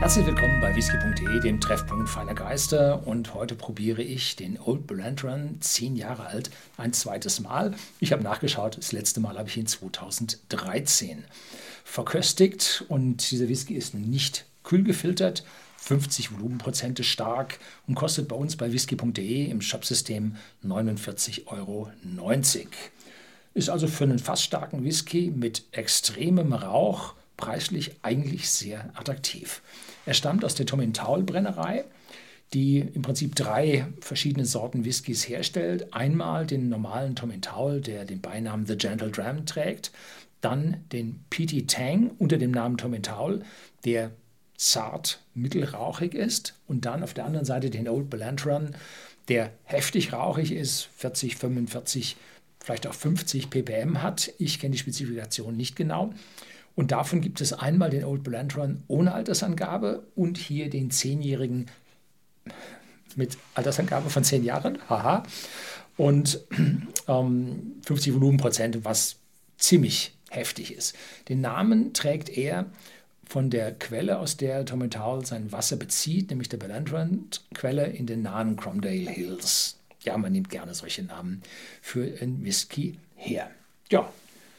Herzlich willkommen bei whisky.de, dem Treffpunkt feiner Geister, und heute probiere ich den Old Ballantrae, 10 Jahre alt, ein zweites Mal. Ich habe nachgeschaut, das letzte Mal habe ich ihn 2013 verköstigt und dieser Whisky ist nicht kühl gefiltert, 50 Volumenprozente stark und kostet bei uns bei whisky.de im Shopsystem 49,90 €. Ist also für einen fast starken Whisky mit extremem Rauch preislich eigentlich sehr attraktiv. Er stammt aus der Tomintoul-Brennerei, die im Prinzip 3 verschiedene Sorten Whiskys herstellt. Einmal den normalen Tomintoul, der den Beinamen The Gentle Dram trägt, dann den Peaty Tang unter dem Namen Tomintoul, der zart mittelrauchig ist, und dann auf der anderen Seite den Old Ballantrae, der heftig rauchig ist, 40, 45, vielleicht auch 50 ppm hat. Ich kenne die Spezifikation nicht genau. Und davon gibt es einmal den Old Ballantrae ohne Altersangabe und hier den 10-jährigen mit Altersangabe von 10 Jahren. Haha. Und 50 Volumenprozent, was ziemlich heftig ist. Den Namen trägt er von der Quelle, aus der Tomintoul sein Wasser bezieht, nämlich der Ballantrae-Quelle in den nahen Cromdale Hills. Ja, man nimmt gerne solche Namen für einen Whisky her. Ja,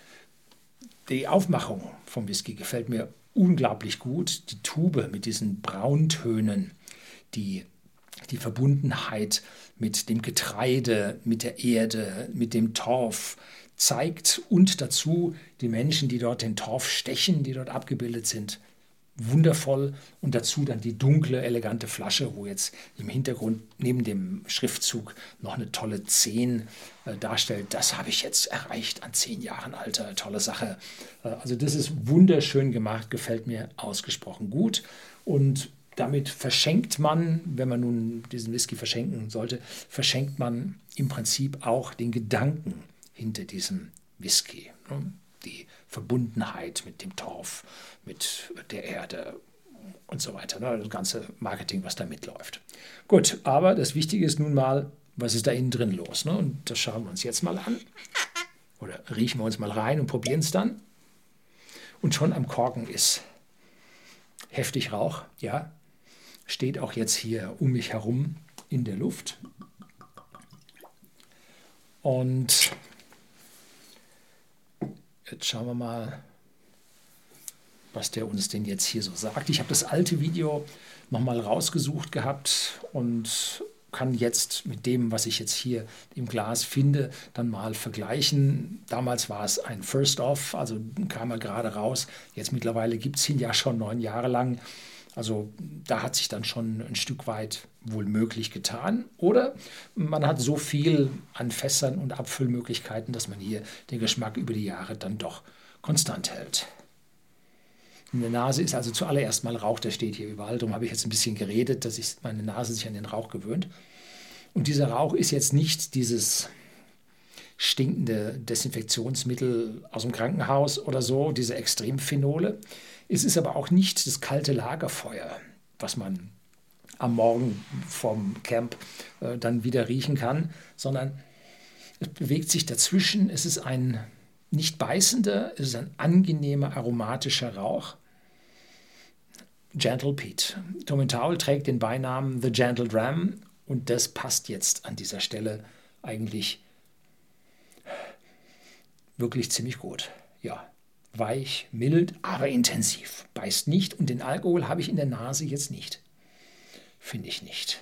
die Aufmachung vom Whisky gefällt mir unglaublich gut. Die Tube mit diesen Brauntönen, die Verbundenheit mit dem Getreide, mit der Erde, mit dem Torf zeigt, und dazu die Menschen, die dort den Torf stechen, die dort abgebildet sind, wundervoll, und dazu dann die dunkle, elegante Flasche, wo jetzt im Hintergrund neben dem Schriftzug noch eine tolle 10 darstellt. Das habe ich jetzt erreicht an 10 Jahren Alter, tolle Sache. Also das ist wunderschön gemacht, gefällt mir ausgesprochen gut, und damit verschenkt man, wenn man nun diesen Whisky verschenken sollte, verschenkt man im Prinzip auch den Gedanken hinter diesem Whisky. Die Verbundenheit mit dem Torf, mit der Erde und so weiter. Das ganze Marketing, was da mitläuft. Gut, aber das Wichtige ist nun mal, was ist da innen drin los? Und das schauen wir uns jetzt mal an. Oder riechen wir uns mal rein und probieren es dann. Und schon am Korken ist heftig Rauch. Ja, steht auch jetzt hier um mich herum in der Luft. Und jetzt schauen wir mal, was der uns denn jetzt hier so sagt. Ich habe das alte Video nochmal rausgesucht gehabt und kann jetzt mit dem, was ich jetzt hier im Glas finde, dann mal vergleichen. Damals war es ein First Off, also kam er gerade raus. Jetzt mittlerweile gibt es ihn ja schon 9 Jahre lang. Also da hat sich dann schon ein Stück weit wohl möglich getan. Oder man hat so viel an Fässern und Abfüllmöglichkeiten, dass man hier den Geschmack über die Jahre dann doch konstant hält. In der Nase ist also zuallererst mal Rauch, der steht hier überall. Darum habe ich jetzt ein bisschen geredet, dass meine Nase sich an den Rauch gewöhnt. Und dieser Rauch ist jetzt nicht dieses stinkende Desinfektionsmittel aus dem Krankenhaus oder so, diese Extremphenole. Es ist aber auch nicht das kalte Lagerfeuer, was man am Morgen vom Camp dann wieder riechen kann, sondern es bewegt sich dazwischen. Es ist ein nicht beißender, es ist ein angenehmer, aromatischer Rauch. Gentle Peat. Tomintoul trägt den Beinamen The Gentle Dram, und das passt jetzt an dieser Stelle eigentlich wirklich ziemlich gut. Ja, weich, mild, aber intensiv. Beißt nicht, und den Alkohol habe ich in der Nase jetzt nicht. Finde ich nicht.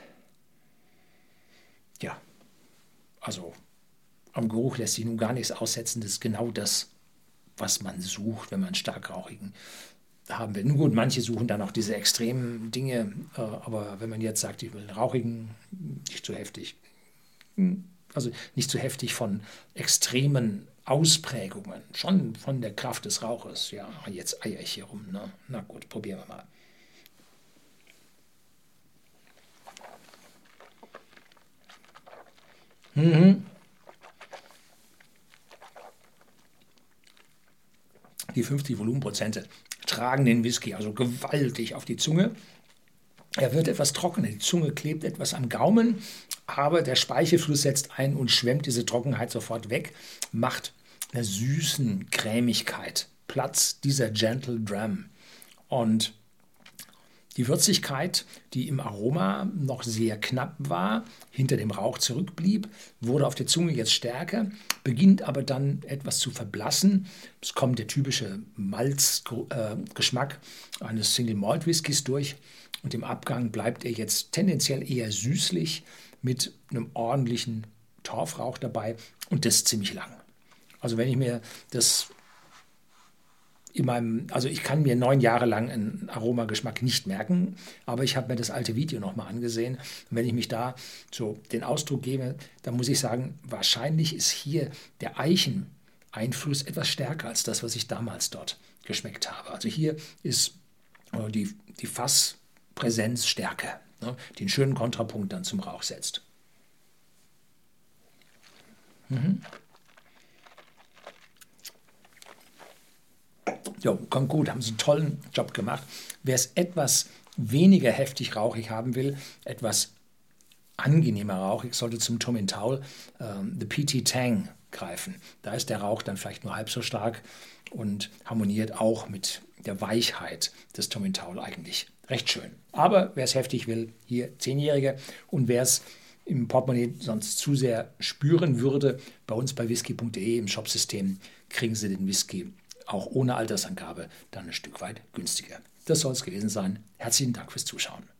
Ja, also am Geruch lässt sich nun gar nichts aussetzen. Das ist genau das, was man sucht, wenn man starkrauchigen haben will. Nun gut, manche suchen dann auch diese extremen Dinge, aber wenn man jetzt sagt, ich will einen rauchigen, nicht zu heftig, also nicht zu heftig von extremen Ausprägungen, schon von der Kraft des Rauches. Ja, jetzt eier ich hier rum. Ne? Na gut, probieren wir mal. Die 50 Volumenprozente tragen den Whisky also gewaltig auf die Zunge. Er wird etwas trockener, die Zunge klebt etwas am Gaumen, aber der Speichelfluss setzt ein und schwemmt diese Trockenheit sofort weg, macht einer süßen Cremigkeit Platz, dieser Gentle Dram. Und Die Würzigkeit, die im Aroma noch sehr knapp war, hinter dem Rauch zurückblieb, wurde auf der Zunge jetzt stärker, beginnt aber dann etwas zu verblassen. Es kommt der typische Malzgeschmack eines Single Malt Whiskys durch und im Abgang bleibt er jetzt tendenziell eher süßlich mit einem ordentlichen Torfrauch dabei und das ziemlich lang. Also wenn ich mir das also ich kann mir 9 Jahre lang einen Aromageschmack nicht merken, aber ich habe mir das alte Video nochmal angesehen. Und wenn ich mich da so den Ausdruck gebe, dann muss ich sagen, wahrscheinlich ist hier der Eicheneinfluss etwas stärker als das, was ich damals dort geschmeckt habe. Also hier ist die Fasspräsenz stärker, ne, die einen schönen Kontrapunkt dann zum Rauch setzt. Ja, kommt gut, haben sie einen tollen Job gemacht. Wer es etwas weniger heftig rauchig haben will, etwas angenehmer rauchig, sollte zum Tomintoul The PT Tang greifen. Da ist der Rauch dann vielleicht nur halb so stark und harmoniert auch mit der Weichheit des Tomintoul eigentlich recht schön. Aber wer es heftig will, hier 10-Jährige, und wer es im Portemonnaie sonst zu sehr spüren würde, bei uns bei whisky.de im Shopsystem kriegen Sie den Whisky auch ohne Altersangabe dann ein Stück weit günstiger. Das soll es gewesen sein. Herzlichen Dank fürs Zuschauen.